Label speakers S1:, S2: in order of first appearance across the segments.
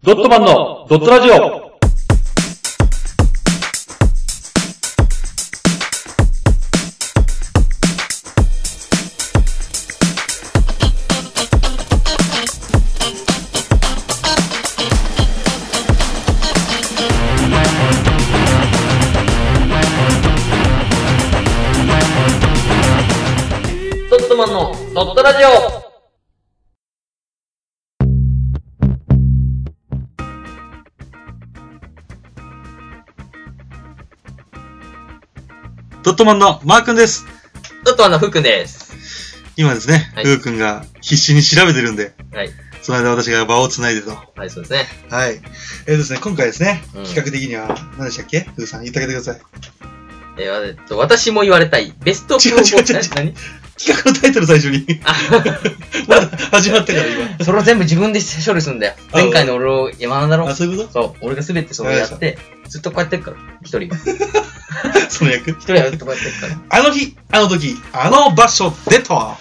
S1: ドットマンのドットラジオ。
S2: ドットマンのドットラジオ。
S3: ドットマンのマー君です。
S2: ドットマンのふうくんです。
S3: 今ですね、
S2: はい
S3: ふう君が必死に調べてるんで、
S2: はい。
S3: その間私が場を繋いでと。
S2: はい、そうですね。
S3: はい。ですね、今回ですね、
S2: うん
S3: 企画的には、何でしたっけふうさん、言ってあげてください。
S2: 私も言われたい。ベスト
S3: 違う違う違う違う
S2: 何
S3: 企画のタイトル最初に。まだ始まってから今。
S2: それを全部自分で処理するんだよ。
S3: あ
S2: 前回の俺を学んだろ。
S3: あ、そういうこ
S2: そう。俺が全てそれをやって、ずっとこうやってるから。一人が。
S3: とその役
S2: 一人がずっとこうやってるから。
S3: あの日、あの時、あの場所でと。はい、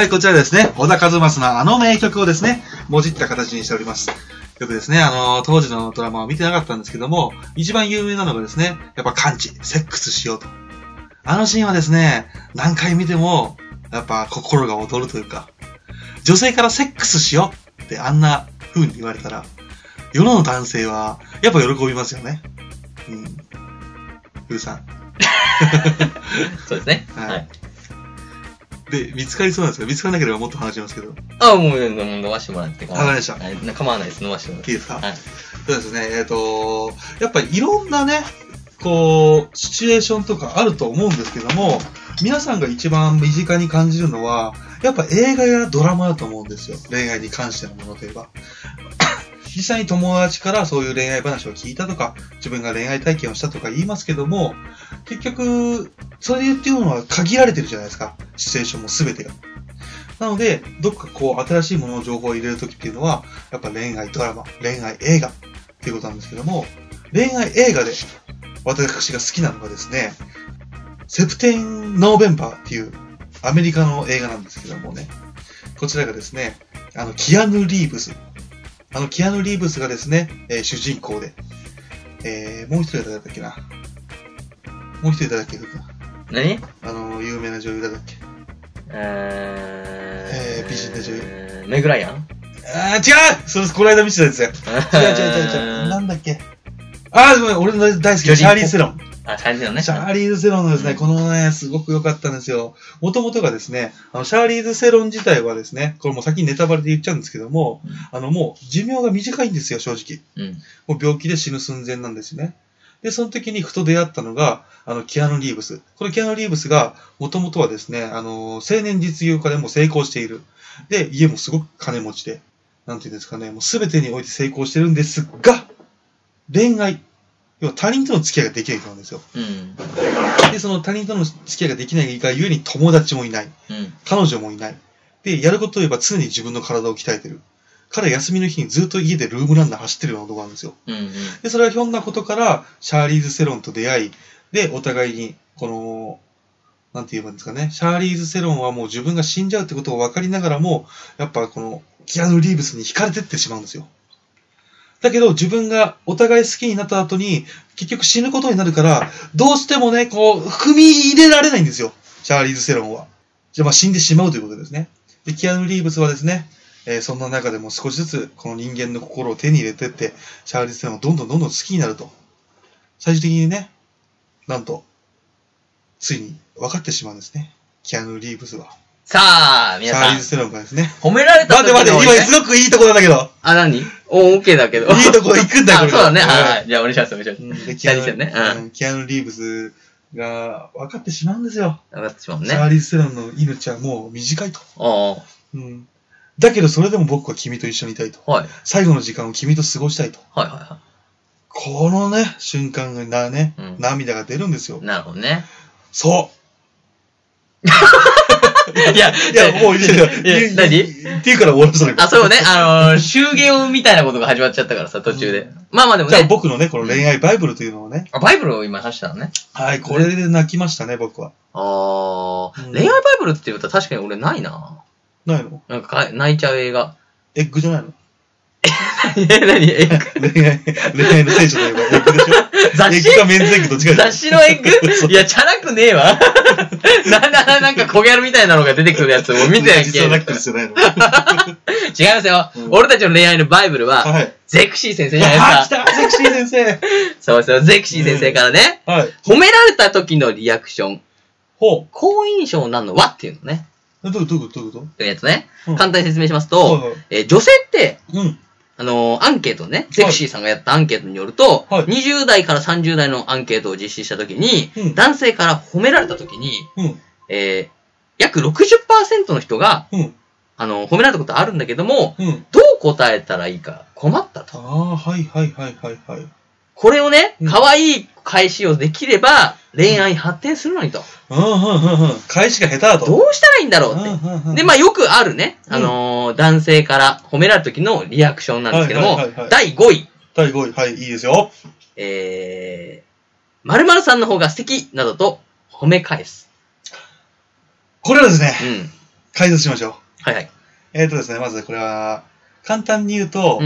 S3: こちらですね、小田和正のあの名曲をですね、もじった形にしております。よくですね、当時のドラマを見てなかったんですけども、一番有名なのがですね、やっぱ感知、セックスしようと。あのシーンはですね、何回見ても、やっぱ心が躍るというか、女性からセックスしようってあんな風に言われたら、世の男性は、やっぱ喜びますよね。うん。ふうさん。
S2: そうですね。
S3: はい
S2: はい。
S3: で、見つかりそうなんですが、見つからなければもっと話しますけど。い
S2: あ、もう伸ばしてもらって構わない。
S3: わかりました
S2: はい構わないです。伸ばしてもらって。
S3: いですか、
S2: はい。
S3: そうですね。やっぱりいろんなね、こう、シチュエーションとかあると思うんですけども、皆さんが一番身近に感じるのは、やっぱ映画やドラマだと思うんですよ。恋愛に関してのものといえば。実際に友達からそういう恋愛話を聞いたとか、自分が恋愛体験をしたとか言いますけども、結局、それっていうのは限られてるじゃないですか。シチュエーションも全てが。なので、どっかこう、新しいものの情報を入れるときっていうのは、やっぱ恋愛ドラマ、恋愛映画っていうことなんですけども、恋愛映画で私が好きなのがですね、セプテン・ノーベンバーっていうアメリカの映画なんですけどもね、こちらがですね、キアヌ・リーブス。キアヌ・リーブスがですね、主人公で、もう一人誰だったっけな。もう一人誰だっけ
S2: 何
S3: 有名な女優誰だっけ。美人な女優。
S2: メグライアン
S3: 違うそれ、この間見てたやつや。違う。なんだっけ。ごめん、俺の大好きなシャーリーズ・セロン。
S2: シャーリーズ・セロンね。
S3: シャーリーズ・セロンのですね、このね、すごく良かったんですよ。もともとがですね、シャーリーズ・セロン自体はですね、これもう先にネタバレで言っちゃうんですけども、もう寿命が短いんですよ、正直。もう病気で死ぬ寸前なんですね。で、その時にふと出会ったのが、キアヌ・リーブス。このキアヌ・リーブスが、もともとはですね、青年実業家でも成功している。で、家もすごく金持ちで、なんていうんですかね、もう全てにおいて成功してるんですが、恋愛。要は他人との付き合いができない人なんですよ。で、その他人との付き合いができないがゆえに友達もいない。彼女もいない。で、やることといえば常に自分の体を鍛えてる。彼は休みの日にずっと家でルームランナー走ってるような男なんですよ。で、それはひょんなことから、シャーリーズ・セロンと出会い、で、お互いに、なんて言えばいいんですかね。シャーリーズ・セロンはもう自分が死んじゃうってことを分かりながらも、やっぱキアヌ・リーブスに惹かれてってしまうんですよ。だけど自分がお互い好きになった後に結局死ぬことになるから、どうしてもね、踏み入れられないんですよ。シャーリーズ・セロンは。じゃあ死んでしまうということですね。で、キアヌ・リーブスはですね、そんな中でも少しずつこの人間の心を手に入れてって、シャーリーズ・セロンをどんどん好きになると。最終的にね、なんと、ついに分かってしまうんですね。キアヌ・リーブスは。
S2: さあ、皆さん。
S3: シャーリーズ・セロンがですね。
S2: 褒められた時の
S3: 待って、今すごくいいところなんだけど。
S2: 何OK だけど。
S3: いいとこ行くんだよ、これ。
S2: そうだね。はい。じゃあ、お願いします、お願いします。
S3: キアヌ・リーブスが分かってしまうんですよ。
S2: 分かってしまうね。
S3: シャーリーズ・セロンの命はもう短いと。
S2: うん。
S3: だけど、それでも僕は君と一緒にいたいと。
S2: はい。
S3: 最後の時間を君と過ごしたいと。
S2: はいはいはい。
S3: このね、瞬間がね、涙が出るんですよ。
S2: なるほどね。
S3: そう。
S2: いや、
S3: もう、
S2: 何
S3: っていうから終わらせた。
S2: そうね。終言みたいなことが始まっちゃったからさ、途中で。まあでもね。
S3: じゃあ僕のね、この恋愛バイブルというのをね。
S2: バイブルを今話したのね。
S3: はい、これで泣きましたね、僕は。
S2: 恋愛バイブルって言うと確かに俺ないな。
S3: ないの？
S2: なんか泣いちゃう映画。
S3: エッグじゃないの？
S2: 何エッグ
S3: 恋愛の聖書といえばエッグでしょ。
S2: 雑誌
S3: エッグかメンズエッグどっちかでしょ。
S2: 雑誌のエッグいや、チャラくねえわ。なんか小ギャルみたいなのが出てくるやつも見てやんけ。
S3: 実はラックスじゃないの。
S2: 違いますよ。俺たちの恋愛のバイブルは、ゼクシー先生じゃないですか。
S3: 来たゼクシー先生。
S2: そうですよ。ゼクシー先生からね、褒められた時のリアクション。好印象なのはっていうのね。
S3: どういうこと
S2: ね、簡単に説明しますと、女性って、アンケートね、ゼクシーさんがやったアンケートによると、20代から30代のアンケートを実施したときに、男性から褒められたときに、約 60% の人が、褒められたことあるんだけども、どう答えたらいいか困ったと。これをね、可愛い返しをできれば、恋愛に発展するのにと。
S3: 返しが下手だと。
S2: どうしたらいいんだろうって。で、まあよくあるね、男性から褒められた時のリアクションなんですけども、第5位。
S3: 第5位。はい、いいですよ。
S2: 〇〇さんの方が素敵などと褒め返す。
S3: これはですね、解説しましょう。
S2: はいはい。
S3: ですね、まずこれは、簡単に言うと、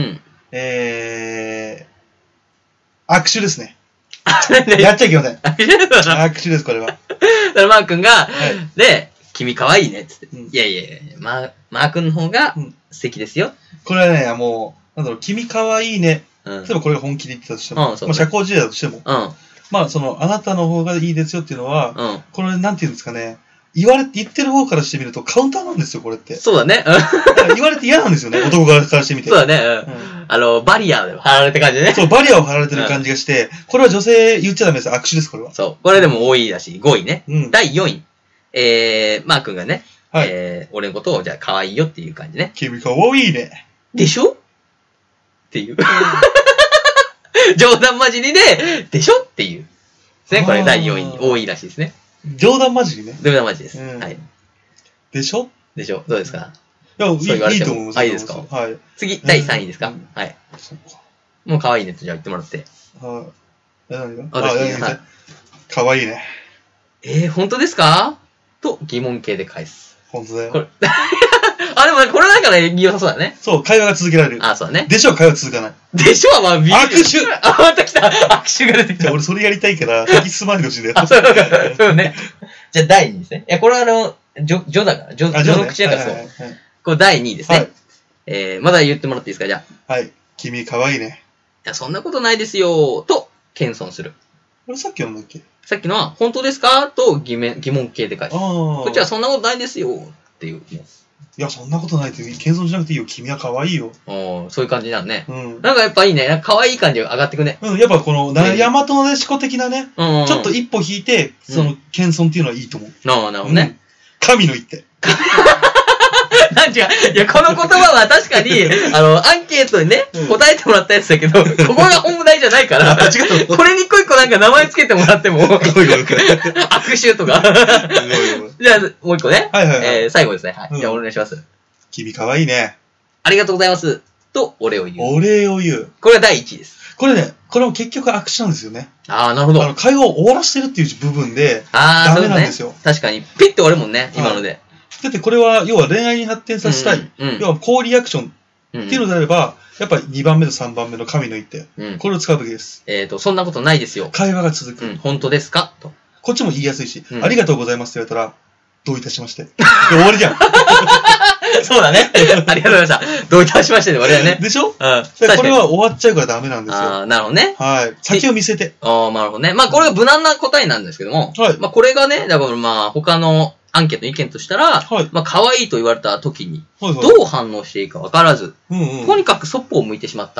S3: 握手ですね。やっちゃいけません。握手です、これは。
S2: だからマー君が、で、君可愛いね、つって。いやいやいや、マー君の方が素敵ですよ。
S3: これはね、もう、なんだろう、君可愛いね。例えばこれが本気で言ってたとしても、まあ社交辞令だとしても、まああなたの方がいいですよっていうのは、これなんて言うんですかね、言ってる方からしてみるとカウンターなんですよ、これって。
S2: そうだね。
S3: 言われて嫌なんですよね、男側からしてみて。
S2: そうだね。バリアーで張られてる感じね。
S3: そう、バリアーを張られてる感じがして、これは女性言っちゃダメです。握手です、これは。
S2: そう。これでも多いらしい。5位ね。第4位。マー君がね、俺のことをじゃあ可愛いよっていう感じね。
S3: 君可愛いね。
S2: でしょっていう。冗談交じりで、でしょっていう。ね、これ第4位に多いらしいですね。
S3: 冗談交じりね。
S2: 冗談交じりです。はい。
S3: でしょ
S2: でしょどうですか
S3: いや、いいと思います。
S2: いいですかはい。次、第3位ですかはい。もう可愛いねとじゃあ言ってもらって。
S3: 何が可愛いね。
S2: 本当ですかと疑問形で返す。
S3: 本当だよ。
S2: これでもこれなんかね、良さそうだね。
S3: そう、会話が続けられる。
S2: そうだね。
S3: でしょ、会話続かない。
S2: でしょはまあ、
S3: 握手
S2: また来た握手が出てきた。
S3: 俺それやりたいから、先進まないでほしいんだよ。
S2: そうね。じゃあ第2位ですね。いや、これは女だから。女の口だからそう。これ第2位ですね。まだ言ってもらっていいですかじゃあ。
S3: はい。君可愛いね。
S2: いや、そんなことないですよと、謙遜する。
S3: これさっきのだっけ
S2: さっきのは、本当ですかと疑問形で返す。こっちはそんなことないですよっていう。
S3: いや、そんなことないって、謙遜しなくていいよ。君は可愛いよ。
S2: そういう感じなんね。なんかやっぱいいね。なんか可愛い感じが上がってくね。
S3: やっぱこの、大和のでしこ的なね、ちょっと一歩引いて、その、謙遜っていうのはいいと思う。
S2: なるほどね。
S3: 神の一手。
S2: なん違う。いや、この言葉は確かに、アンケートにね、答えてもらったやつだけど、ここが本題じゃないから、これに一個一個なんか名前つけてもらっても、握手とか。じゃあ、もう一個ね。最後ですね。はい。じゃあ、お願いします。
S3: 君可愛いね。
S2: ありがとうございます。と、お礼を言う。
S3: お礼を言う。
S2: これが第1位です。
S3: これね、これも結局握手なんですよね。
S2: なるほど。
S3: 会話を終わらせてるっていう部分で、ダメなんですよ。
S2: 確かに。ピッて終わるもんね、今ので。
S3: だってこれは、要は恋愛に発展させたい。要は高リアクションっていうのであれば、やっぱり2番目と3番目の神の一手。これを使うべきです。
S2: そんなことないですよ。
S3: 会話が続く。
S2: 本当ですかと。
S3: こっちも言いやすいし、ありがとうございますって言われたら、どういたしまして。終わりじゃん。
S2: そうだね。ありがとうございました。どういたしましてで終わりだね。
S3: でしょこれは終わっちゃうからダメなんですよ。
S2: なるほどね。
S3: はい。先を見せて。
S2: なるほどね。まあこれが無難な答えなんですけども、まあこれがね、だからまあ他のアンケートの意見としたら、まあ可愛いと言われた時に、どう反応していいか分からず、とにかくそっぽを向いてしまった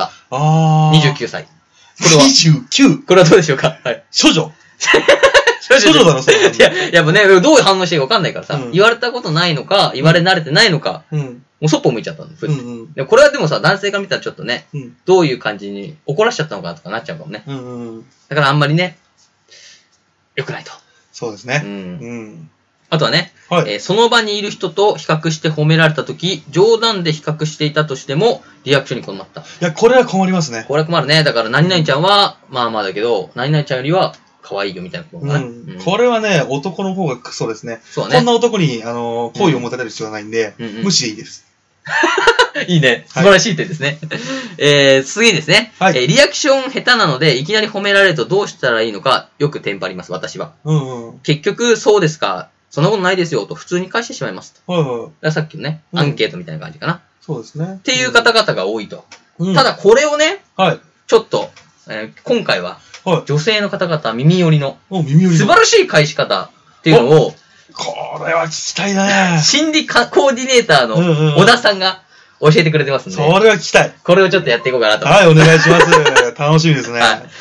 S2: 。29歳。これは。
S3: 29?
S2: これはどうでしょうかはい。
S3: 処女処女だろ、それ。
S2: いや、やっぱね、どう反応していいか分かんないからさ、言われたことないのか、言われ慣れてないのか、もうそっぽを向いちゃったんです。これはでもさ、男性が見たらちょっとね、どういう感じに怒らしちゃったのかなとかなっちゃうかもね。だからあんまりね、良くないと。
S3: そうですね。
S2: あとはね、その場にいる人と比較して褒められたとき、冗談で比較していたとしても、リアクションに困った。い
S3: や、これは困りますね。
S2: これは困るね。だから、何々ちゃんは、まあまあだけど、何々ちゃんよりは、可愛いよみたいなことかな。
S3: これはね、男の方がクソですね。
S2: そうね。
S3: こんな男に、好意を持たれる必要がないんで、無視でいいです。
S2: いいね。素晴らしい点ですね。次ですね。はい。リアクション下手なので、いきなり褒められるとどうしたらいいのか、よくテンパります、私は。結局、そうですか。そんなことないですよ、と普通に返してしまいますと。さっきのね、アンケートみたいな感じかな。
S3: そうですね。
S2: っていう方々が多いと。ただ、これをね、ちょっと、今回は、女性の方々耳寄りの、素晴らしい返し方っていうのを、
S3: これは聞きたいね。
S2: 心理コーディネーターの小田さんが教えてくれてますんで。
S3: それは聞きたい。
S2: これをちょっとやっていこうかなと。
S3: はい、お願いします。楽しみですね。
S2: はい。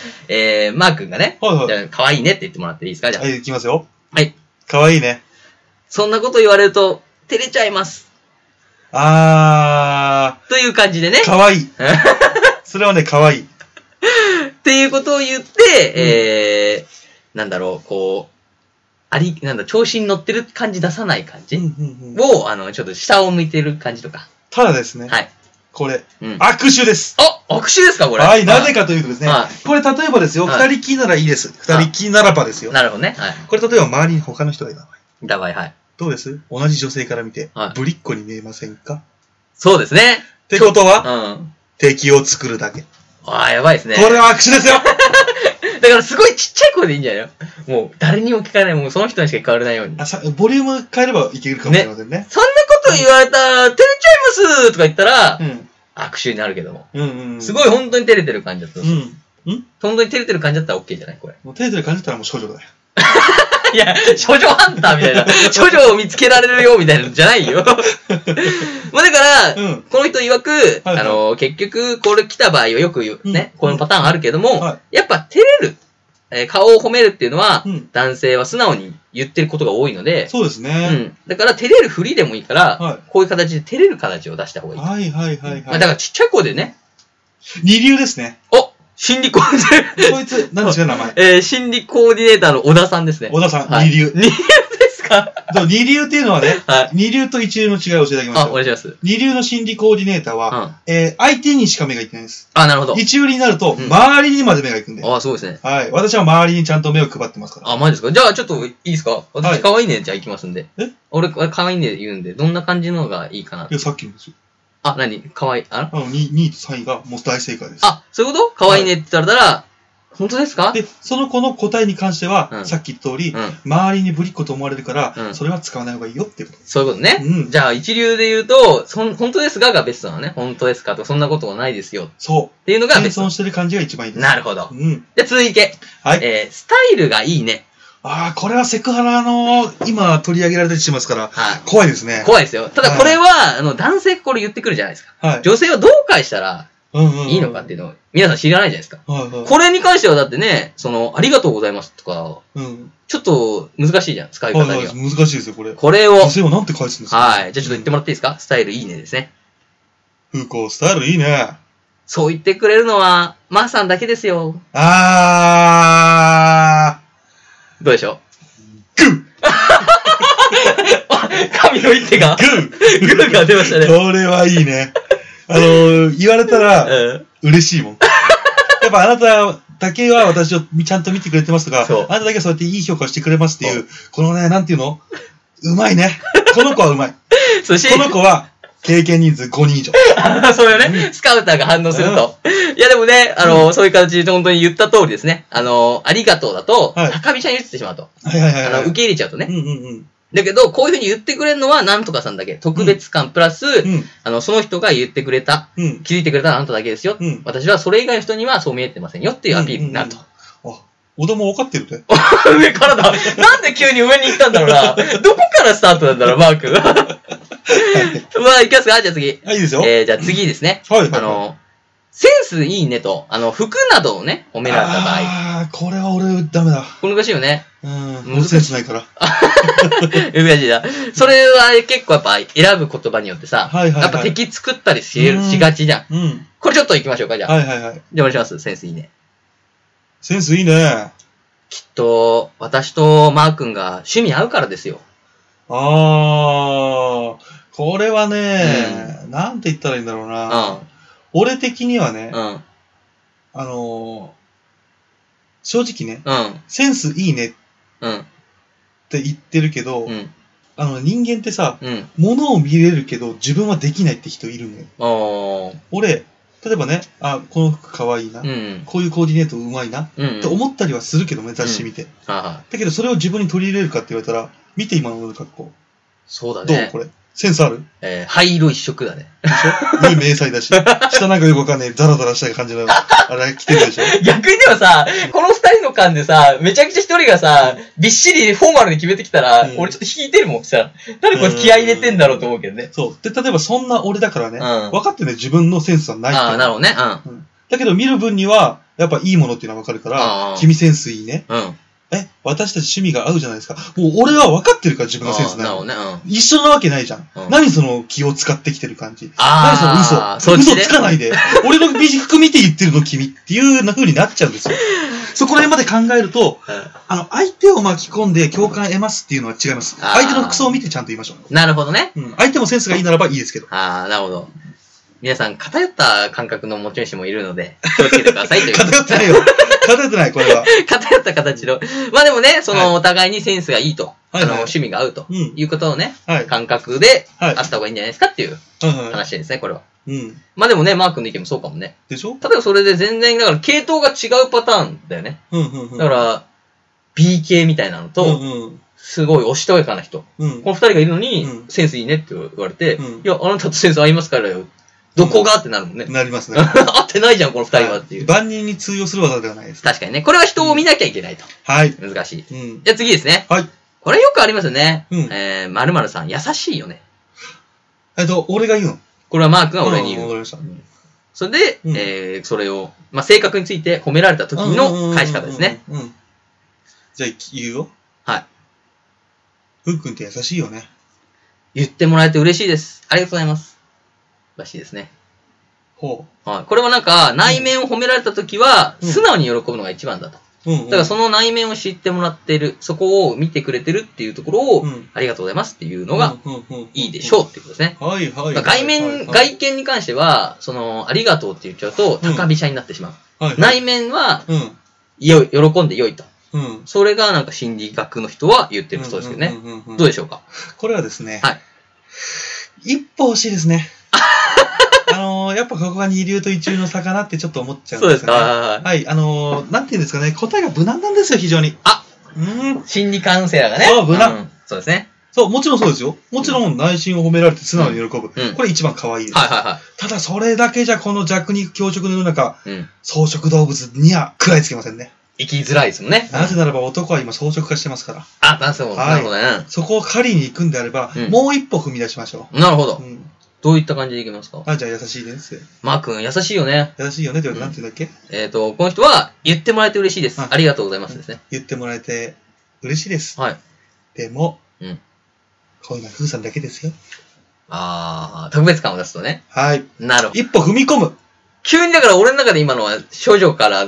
S2: マー君がね、じゃあ可愛いねって言ってもらっていいですか？じゃあ。
S3: はい、いきますよ。
S2: はい。
S3: 可愛いね。
S2: そんなこと言われると、照れちゃいます。という感じでね。
S3: 可愛い。それはね、可愛い。
S2: っていうことを言って、なんだろう、こう、調子に乗ってる感じ出さない感じを、ちょっと下を向いてる感じとか。
S3: ただですね。
S2: はい。
S3: これ、握手です。
S2: 握手ですかこれ。
S3: はい、なぜかというとですね、これ例えばですよ、二人きりならいいです。二人きりならばですよ。
S2: なるほどね。はい。
S3: これ例えば周りに他の人がいた場合。
S2: いた場合、はい。
S3: どうです？同じ女性から見て、ぶりっ子に見えませんか？
S2: そうですね。
S3: ってことは、敵を作るだけ。
S2: やばいですね。
S3: これは握手ですよ
S2: だからすごいちっちゃい声でいいんじゃないの？もう誰にも聞かない、もうその人にしか聞かれないように。
S3: ボリューム変えればいけるかもしれませんね。
S2: そんなこと言われたら、照れちゃいますとか言ったら、握手になるけども。すごい本当に照れてる感じだった。本当に照れてる感じだったら OK じゃないこれ。
S3: もう照れてる感じだったらもう少女だよ。
S2: いや、少女ハンターみたいな。少女を見つけられるよみたいなのじゃないよ。まあだから、この人曰く、結局、これ来た場合はよく言う、ね、このパターンあるけども、やっぱ照れる、顔を褒めるっていうのは、男性は素直に言ってることが多いので、
S3: そうですね。
S2: だから照れるふりでもいいから、こういう形で照れる形を出した方がいい。
S3: はいはいはい。
S2: だからちっちゃい子でね。
S3: 二流ですね。
S2: 心理コーディネーター。
S3: こいつ、何ですか名前。
S2: 心理コーディネーターの小田さんですね。
S3: 小田さん、二流。
S2: 二流ですか？
S3: 二流っていうのはね、二流と一流の違いを教えていただきます。
S2: お願いします。
S3: 二流の心理コーディネーターは、相手にしか目がいってないです。
S2: なるほど。
S3: 一流になると、周りにまで目がいくんで。
S2: そうですね。
S3: はい。私は周りにちゃんと目を配ってますから。
S2: マジですか？じゃあちょっといいですか？私可愛いねじゃあ行きますんで。俺可愛いね言うんで、どんな感じのがいいかな。
S3: いや、さっきのですよ。 何
S2: 可愛い
S3: 2位と3位がもう大正解です。
S2: そういうこと？可愛いねって言ったら、本当ですか？
S3: で、その子の答えに関しては、さっき言った通り、周りにぶりっ子と思われるから、それは使わない方がいいよってこと。
S2: そういうことね。じゃあ、一流で言うと、本当ですかがベストなのね。本当ですかと、そんなことはないですよ。
S3: そう。
S2: っていうのがベスト。
S3: 謙遜してる感じが一番いいです。
S2: なるほど。じゃあ、続いて。はい。スタイルがいいね。
S3: これはセクハラの、今取り上げられたりしますから、怖いですね。
S2: 怖いですよ。ただこれは、男性これ言ってくるじゃないですか。女性はどう返したら、いいのかっていうのを、皆さん知らないじゃないですか。これに関してはだってね、ありがとうございますとか、ちょっと難しいじゃん、使い方には。
S3: 難しいですよ、これ。
S2: これを。
S3: 女性はなんて返すんですか？
S2: はい。じゃあちょっと言ってもらっていいですか？スタイルいいねですね。
S3: 風光スタイルいいね。
S2: そう言ってくれるのは、まーさんだけですよ。どうでしょう？グー神の一手がグーが出ましたね。
S3: これはいいね。言われたら、嬉しいもん。やっぱあなただけは私をちゃんと見てくれてますとか、あなただけはそうやっていい評価をしてくれますっていう、このね、なんていうの？うまいね。この子はうまい。この子は、経験人数5人以上。
S2: そうよね。スカウターが反応すると。いやでもね、そういう形で本当に言った通りですね。ありがとうだと、高飛車に言ってしまうと。受け入れちゃうとね。だけど、こういうふうに言ってくれるのは、なんとかさんだけ。特別感プラス、その人が言ってくれた、気づいてくれたのはあなただけですよ。私はそれ以外の人にはそう見えてませんよっていうアピールになると。
S3: 小田も分かってるね。
S2: 上からだ。なんで急に上に行ったんだろうな。どこからスタートなんだろう、マー君。まあ、いきますか？じゃあ次。
S3: いいですよ。
S2: じゃあ次ですね。センスいいねと、服などをね、褒められた場合。
S3: これは俺ダメだ。
S2: これ難しいよね。
S3: 難しい。センスないから。
S2: 難しいな。それは結構やっぱ選ぶ言葉によってさ、やっぱ敵作ったりしがちじゃん。これちょっと行きましょうか、じゃあ。じゃあお願いします。センスいいね。
S3: センスいいね。
S2: きっと、私とマー君が趣味合うからですよ。
S3: これはね、なんて言ったらいいんだろうな。俺的にはね、正直ね、センスいいねって言ってるけど、 人間ってさ、物を見れるけど自分はできないって人いるのよ。俺、例えばね、この服かわいいな、こういうコーディネートうまいな、って思ったりはするけどね、雑誌見て。だけどそれを自分に取り入れるかって言われたら、見て今の俺の格好。
S2: そうだね。
S3: どうこれ。センスある？
S2: 灰色一色だね。
S3: でしょ？いい迷彩だし。下なんかよくわかんない、ザラザラした感じの、あれ着てるでしょ？
S2: 逆にでもさ、この二人の間でさ、めちゃくちゃ一人がさ、びっしりフォーマルに決めてきたら、俺ちょっと引いてるもんさ。なんでこいつ気合い入れてんだろうと思うけどね。
S3: そう。で、例えばそんな俺だからね、分かってね、自分のセンスはない。
S2: なるほどね。
S3: だけど見る分には、やっぱいいものっていうのは分かるから、君センスいいね。私たち趣味が合うじゃないですか。もう俺は分かってるから自分のセンスない。なるほどね。一緒なわけないじゃん。何その気を使ってきてる感じ。何その嘘。嘘つかないで。俺の服見て言ってるの君っていう風になっちゃうんですよ。そこら辺まで考えると、相手を巻き込んで共感得ますっていうのは違います。相手の服装を見てちゃんと言いましょう。
S2: なるほどね。
S3: 相手もセンスがいいならばいいですけど。
S2: なるほど。皆さん、偏った感覚の持ち主もいるので、気をつけてくださいという。
S3: 偏ってないよ。偏ってない、これは。
S2: 偏った形の。まあでもね、お互いにセンスがいいと、趣味が合うということをね、感覚であった方がいいんじゃないですかっていう話ですね、これは。まあでもね、マー君の意見もそうかもね。
S3: でしょ？
S2: 例えばそれで全然、だから系統が違うパターンだよね。だから、B 系みたいなのと、すごいおしとやかな人。この二人がいるのに、センスいいねって言われて、いや、あなたとセンス合いますからよ。どこがってなるもんね。
S3: なりますね。
S2: 合ってないじゃん、この二人はっていう。
S3: 万人に通用する技ではないです。
S2: 確かにね。これは人を見なきゃいけないと。
S3: はい。
S2: 難しい。じゃあ次ですね。
S3: はい。
S2: これよくありますよね。〇〇さん、優しいよね。
S3: 俺が言うの？
S2: これはマー君が俺に言う。
S3: わかりました。
S2: それで、それを、まあ、性格について褒められた時の返し方ですね。
S3: じゃあ言うよ。
S2: はい。
S3: ふうくんって優しいよね。
S2: 言ってもらえて嬉しいです。ありがとうございます。らしいですね。
S3: ほ
S2: う。はい。これはなんか、内面を褒められたときは、素直に喜ぶのが一番だと。だからその内面を知ってもらってる、そこを見てくれてるっていうところを、ありがとうございますっていうのがいいでしょうっていうことですね。
S3: はいはい。
S2: 外見に関しては、ありがとうって言っちゃうと、高飛車になってしまう。内面は、喜んで良いと。それがなんか心理学の人は言ってるそうですけどね。どうでしょうか？
S3: これはですね、
S2: はい。
S3: 一歩欲しいですね。やっぱここが二流と一流の差かなってちょっと思っちゃうんですよね。
S2: そうですか。
S3: はい。なんていうんですかね、答えが無難なんですよ、非常に。
S2: 心理カウンセラーがね。
S3: そう、無難。
S2: そうですね。
S3: そう、もちろんそうですよ。もちろん内心を褒められて素直に喜ぶ。これ一番可愛いです。ただそれだけじゃこの弱肉強食の世の中、草食動物には食らいつけませんね。
S2: 生きづらいですもんね。
S3: なぜならば男は今草食化してますから。
S2: なるほどね。
S3: そこを狩りに行くんであれば、もう一歩踏み出しましょ
S2: う。なるほど。どういった感じでいきますか？
S3: じゃあ優しいです。
S2: マー君優しいよね。
S3: 優しいよねって言うと何て言うんだっけ？
S2: この人は言ってもらえて嬉しいです。ありがとうございますですね。
S3: 言ってもらえて嬉しいです。
S2: はい。
S3: でも、こういうのはふうさんだけですよ。
S2: 特別感を出すとね。
S3: はい。
S2: なるほど。
S3: 一歩踏み込む。
S2: 急にだから俺の中で今のは少女から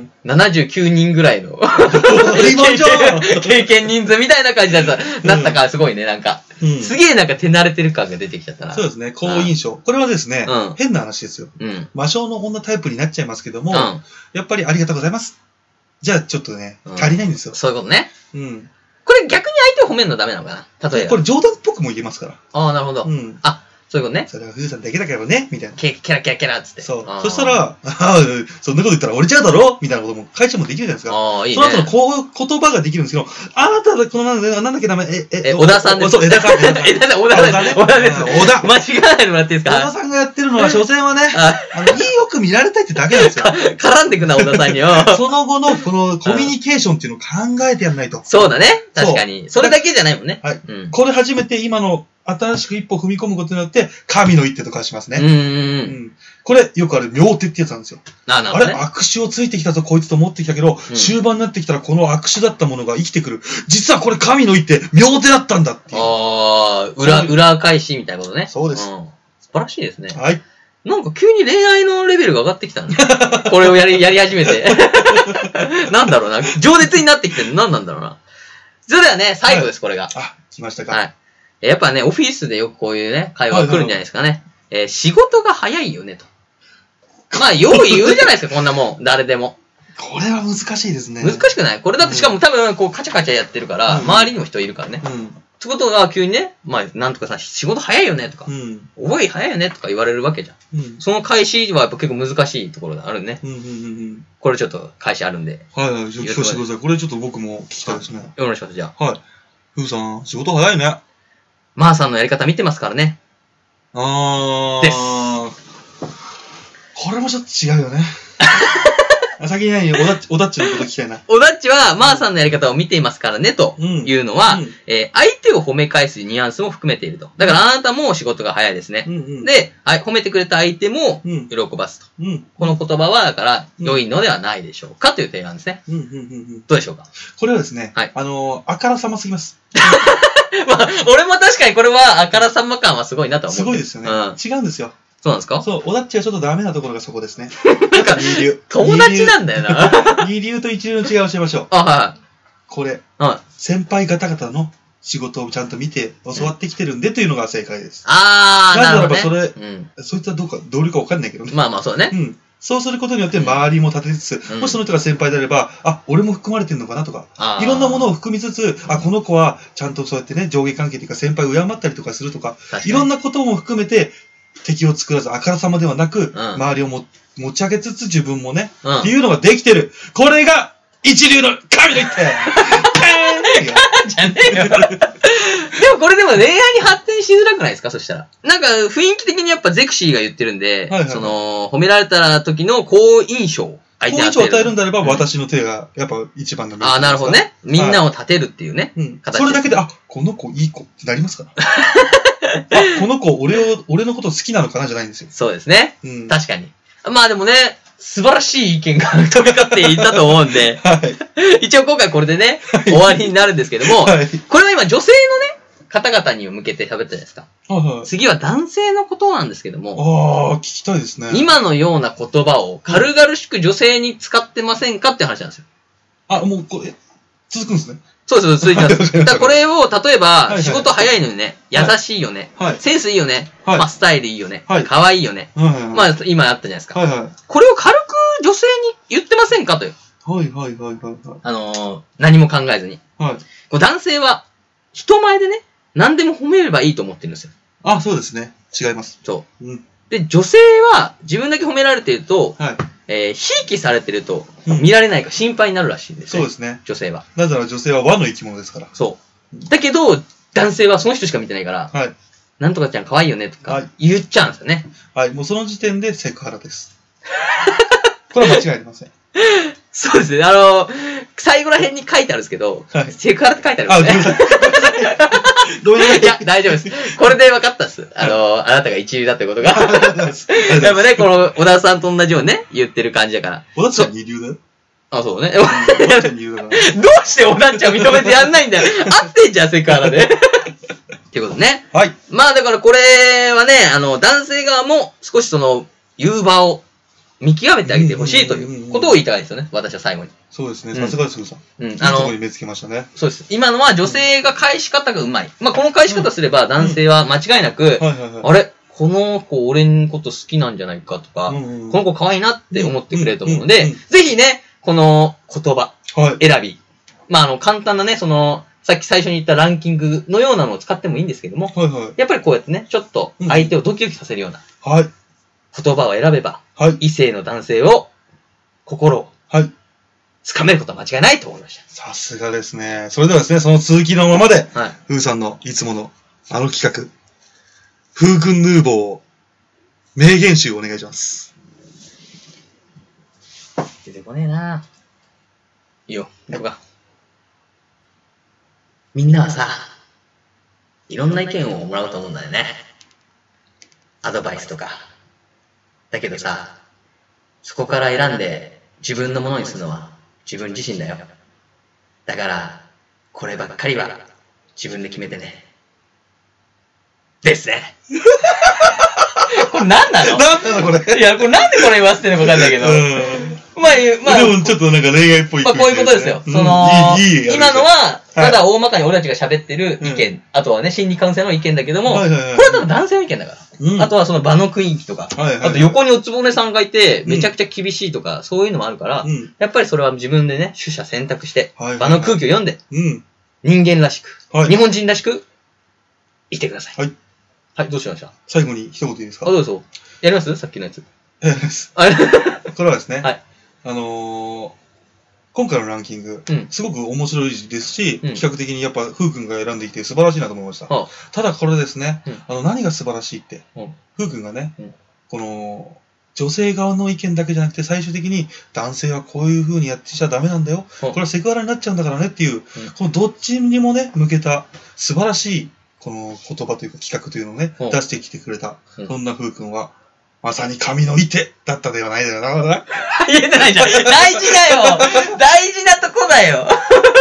S2: 79人ぐらいの経験人数みたいな感じだったなったからすごいね、なんか。すげえなんか手慣れてる感が出てきちゃったな。
S3: そうですね、好印象。これはですね、変な話ですよ。魔性の女タイプになっちゃいますけども、やっぱりありがとうございます。じゃあちょっとね、足りないんですよ。
S2: そういうことね。これ逆に相手を褒めるのダメなのかな？例えば。
S3: これ冗談っぽくも言えますから。
S2: なるほど。そういうことね。
S3: それはふうさんだけだけどね、みたいな。
S2: キャラっつって。
S3: そう。そしたら、そんなこと言ったら折れちゃうだろみたいなことも会社もできるじゃないですか。
S2: いいね。
S3: その後の言葉ができるんですけど、あなたはこのなんだっけ名前、
S2: 小田さんです。
S3: そう、小田さん。
S2: 小田です。小田。間違わないでもらっていいですか？
S3: 小田さんがやってるのは、所詮はね、よく見られたいってだけなんですよ。
S2: 絡んでくな、小田さんによ。
S3: その後の、このコミュニケーションっていうのを考えてやんないと。
S2: そうだね。確かに。それだけじゃないもんね。
S3: はい。これ初めて今の、新しく一歩踏み込むことによって、神の一手とかしますね。これ、よくある、妙手ってやつなんですよ。あれ、悪手をついてきたぞ、こいつと思ってきたけど、終盤になってきたら、この悪手だったものが生きてくる。実はこれ、神の一手、妙手だったんだっていう。
S2: 裏返しみたいなことね。
S3: そうです。
S2: 素晴らしいですね。
S3: はい。
S2: なんか急に恋愛のレベルが上がってきたね。これをやり始めて。なんだろうな。情熱になってきてるの何なんだろうな。それではね、最後です、これが。
S3: 来ましたか。
S2: はい。やっぱね、オフィスでよくこういうね、会話が来るんじゃないですかね。仕事が早いよね、と。まあ、よく言うじゃないですか、こんなもん。誰でも。
S3: これは難しいですね。
S2: 難しくない？これだってしかも多分、こう、カチャカチャやってるから、周りにも人いるからね。 ってことが急にね、まあ、なんとかさ、仕事早いよねとか、覚え早いよねとか言われるわけじゃん。その開始はやっぱ結構難しいところがあるね。これちょっと開始あるんで。
S3: はいはい、聞かせてください。これちょっと僕も聞きたいですね。
S2: お願いします、じゃ
S3: あ。はい。ふうさん、仕事早いね。
S2: まーさんのやり方見てますからね。です。
S3: これもちょっと違うよね。先に何おだっちのこと聞きたいな。
S2: おだっちは、まーさんのやり方を見ていますからね、というのは、相手を褒め返すニュアンスも含めていると。だからあなたも仕事が早いですね。で、褒めてくれた相手も喜ばすと。この言葉は、だから、良いのではないでしょうかという提案ですね。どうでしょうか。
S3: これはですね、あからさますぎます。
S2: まあ、俺も確かにこれは、あからさま感はすごいなと思う。
S3: すごいですよね。違うんですよ。
S2: そうなんですか？
S3: そう、おだっちはちょっとダメなところがそこですね。
S2: なんか、友達なんだよな。
S3: 二流と一流の違いを教えましょう。
S2: はい。
S3: これ、先輩方々の仕事をちゃんと見て教わってきてるんでというのが正解です。
S2: なるほど。
S3: ならばそれ、そいつは同僚か分かんないけどね。
S2: まあまあそうね。
S3: そうすることによって周りも立てつつ、もしその人が先輩であれば、俺も含まれてるのかなとか、いろんなものを含みつつ、この子はちゃんとそうやってね、上下関係というか先輩を敬ったりとかするとか、いろんなことも含めて、敵を作らず、あからさまではなく、周りを持ち上げつつ自分もね、っていうのができてる。これが一流の神の一手
S2: じゃねえよ。でもこれでも恋愛に発展しづらくないですか？そしたら。なんか雰囲気的にやっぱゼクシーが言ってるんで、褒められた時の好印象。
S3: 好印象を与えるんであれば、私の手がやっぱ一番の
S2: 魅力。なるほどね。みんなを立てるっていうね。
S3: それだけで、この子いい子ってなりますから。この子、俺のこと好きなのかなじゃないんですよ。
S2: そうですね。確かに。まあでもね、素晴らしい意見が飛び交っていたと思うんで、一応今回これでね、終わりになるんですけども、これは今女性のね、方々に向けて喋ったじゃないですか。次は男性のことなんですけども、
S3: 聞きたいですね。
S2: 今のような言葉を軽々しく女性に使ってませんかって話なんですよ。
S3: もうこれ、続くんですね。
S2: そうです、続いてます。だからこれを、例えば、仕事早いのにね、優しいよね、センスいいよね、スタイルいいよね、可愛いよね。まあ、今あったじゃないですか。これを軽く女性に言ってませんかという。何も考えずに。男性は、人前でね、何でも褒めればいいと思ってるんですよ。
S3: そうですね。違います。
S2: そう。で、女性は、自分だけ褒められていると、ひいきされてると、見られないか心配になるらしいんですね。
S3: そうですね。
S2: 女性は。
S3: なぜなら女性は和の生き物ですから。
S2: そう。だけど、男性はその人しか見てないから、なんとかちゃん可愛いよねとか、言っちゃうんですよね。
S3: もうその時点でセクハラです。これは間違いありません。
S2: そうですね。最後ら辺に書いてあるんですけど、セクハラって書いてあるんですね。いや、大丈夫です。これで分かったっす。あなたが一流だってことが。やっぱね、この、小田さんと同じようにね、言ってる感じだから。
S3: 小田ちゃん二流だよ。
S2: そうね。
S3: 小田ちゃん二流だから。
S2: どうして小田ちゃん認めてやんないんだよ。合ってんじゃん、セクハラで。っていうことね。まあだからこれはね、男性側も少し言う場を見極めてあげてほしいということを言いたいですよね。私は最後に。
S3: そうですね。さすがです、さん。いいところに目つけましたね。
S2: そうです。今のは女性が返し方がうまい。まあこの返し方すれば男性は間違いなく、あれこの子俺のこと好きなんじゃないかとか、この子可愛いなって思ってくれると思うので、ぜひね、この言葉選び。まあ簡単なね、さっき最初に言ったランキングのようなのを使ってもいいんですけども、やっぱりこうやってね、ちょっと相手をドキドキさせるような言葉を選べば、異性の男性を、心を、掴めることは間違いないと思いました。
S3: さすがですね。それではですね、その続きのままで、ふうさんのいつもの企画、風君ヌーボー名言集をお願いします。
S2: 出てこねえな。いいよ、行こうか。みんなはさ、いろんな意見をもらうと思うんだよね。アドバイスとか。だけどさ、そこから選んで自分のものにするのは自分自身だよ。だから、こればっかりは自分で決めてね。ですね。これ何なの？
S3: 何なのこれ。
S2: いや、これなんでこれ言わせてるのかわかんないけど。まあ、
S3: でもちょっとなんか恋愛っぽい。
S2: まあこういうことですよ。今のは、ただ大まかに俺たちが喋ってる意見、あとはね、心理カウンセラーの意見だけども、これはただ男性の意見だから。あとはその場の雰囲気とか、あと横におつぼねさんがいて、めちゃくちゃ厳しいとか、そういうのもあるから、やっぱりそれは自分でね、取捨選択して、場の空気を読んで、人間らしく、日本人らしくいてください。
S3: はい。
S2: はい、どうしました？
S3: 最後に一言いいですか？
S2: どうぞ。やります？さっきのやつ。
S3: やります。これはですね、はい。今回のランキング、すごく面白いですし、比較的にやっぱ、ふうくんが選んできて素晴らしいなと思いました。ただこれですね、何が素晴らしいって、ふうくんがね、この、女性側の意見だけじゃなくて、最終的に男性はこういう風にやってちゃダメなんだよ。これはセクハラになっちゃうんだからねっていう、このどっちにもね、向けた素晴らしい、この言葉というか企画というのをね、出してきてくれた。そんなふうくんは、まさに神の一手だったではないだよな。
S2: 言えてないじゃん。大事だよ。大事なとこだよ。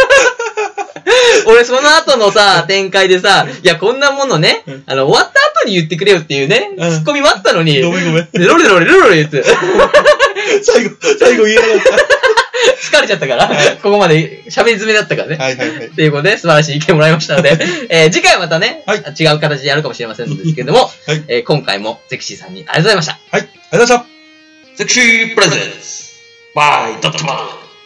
S2: 俺その後のさ、展開でさ、いや、こんなものね、終わった後に言ってくれよっていうね、ツッコミもあったのに。
S3: ごめん。ロレ
S2: 言って。
S3: 最後言えなかった。
S2: 疲れちゃったから、ここまで喋り詰めだったからね。
S3: はい。
S2: ということで、素晴らしい意見もらいましたので、次回はまたね、違う形でやるかもしれませんですけれども、今回もゼクシーさんにありがとうございました。
S3: はい、ありがとうございました。
S2: ゼクシープレゼンツ by ドットマン。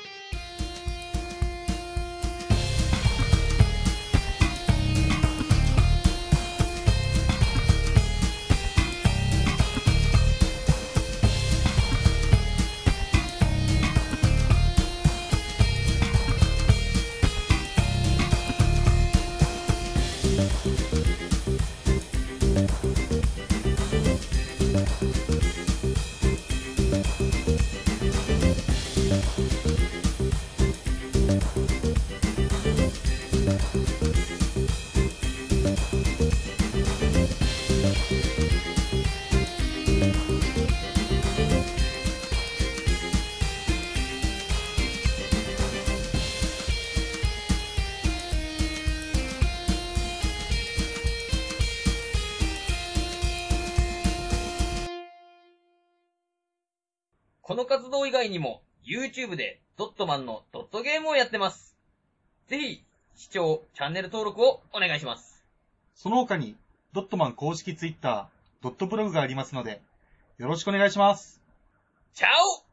S2: この活動以外にも YouTube でドットマンのドットゲームをやってます。ぜひ視聴、チャンネル登録をお願いします。
S3: その他にドットマン公式 Twitter、ドットブログがありますのでよろしくお願いします。
S2: チャオ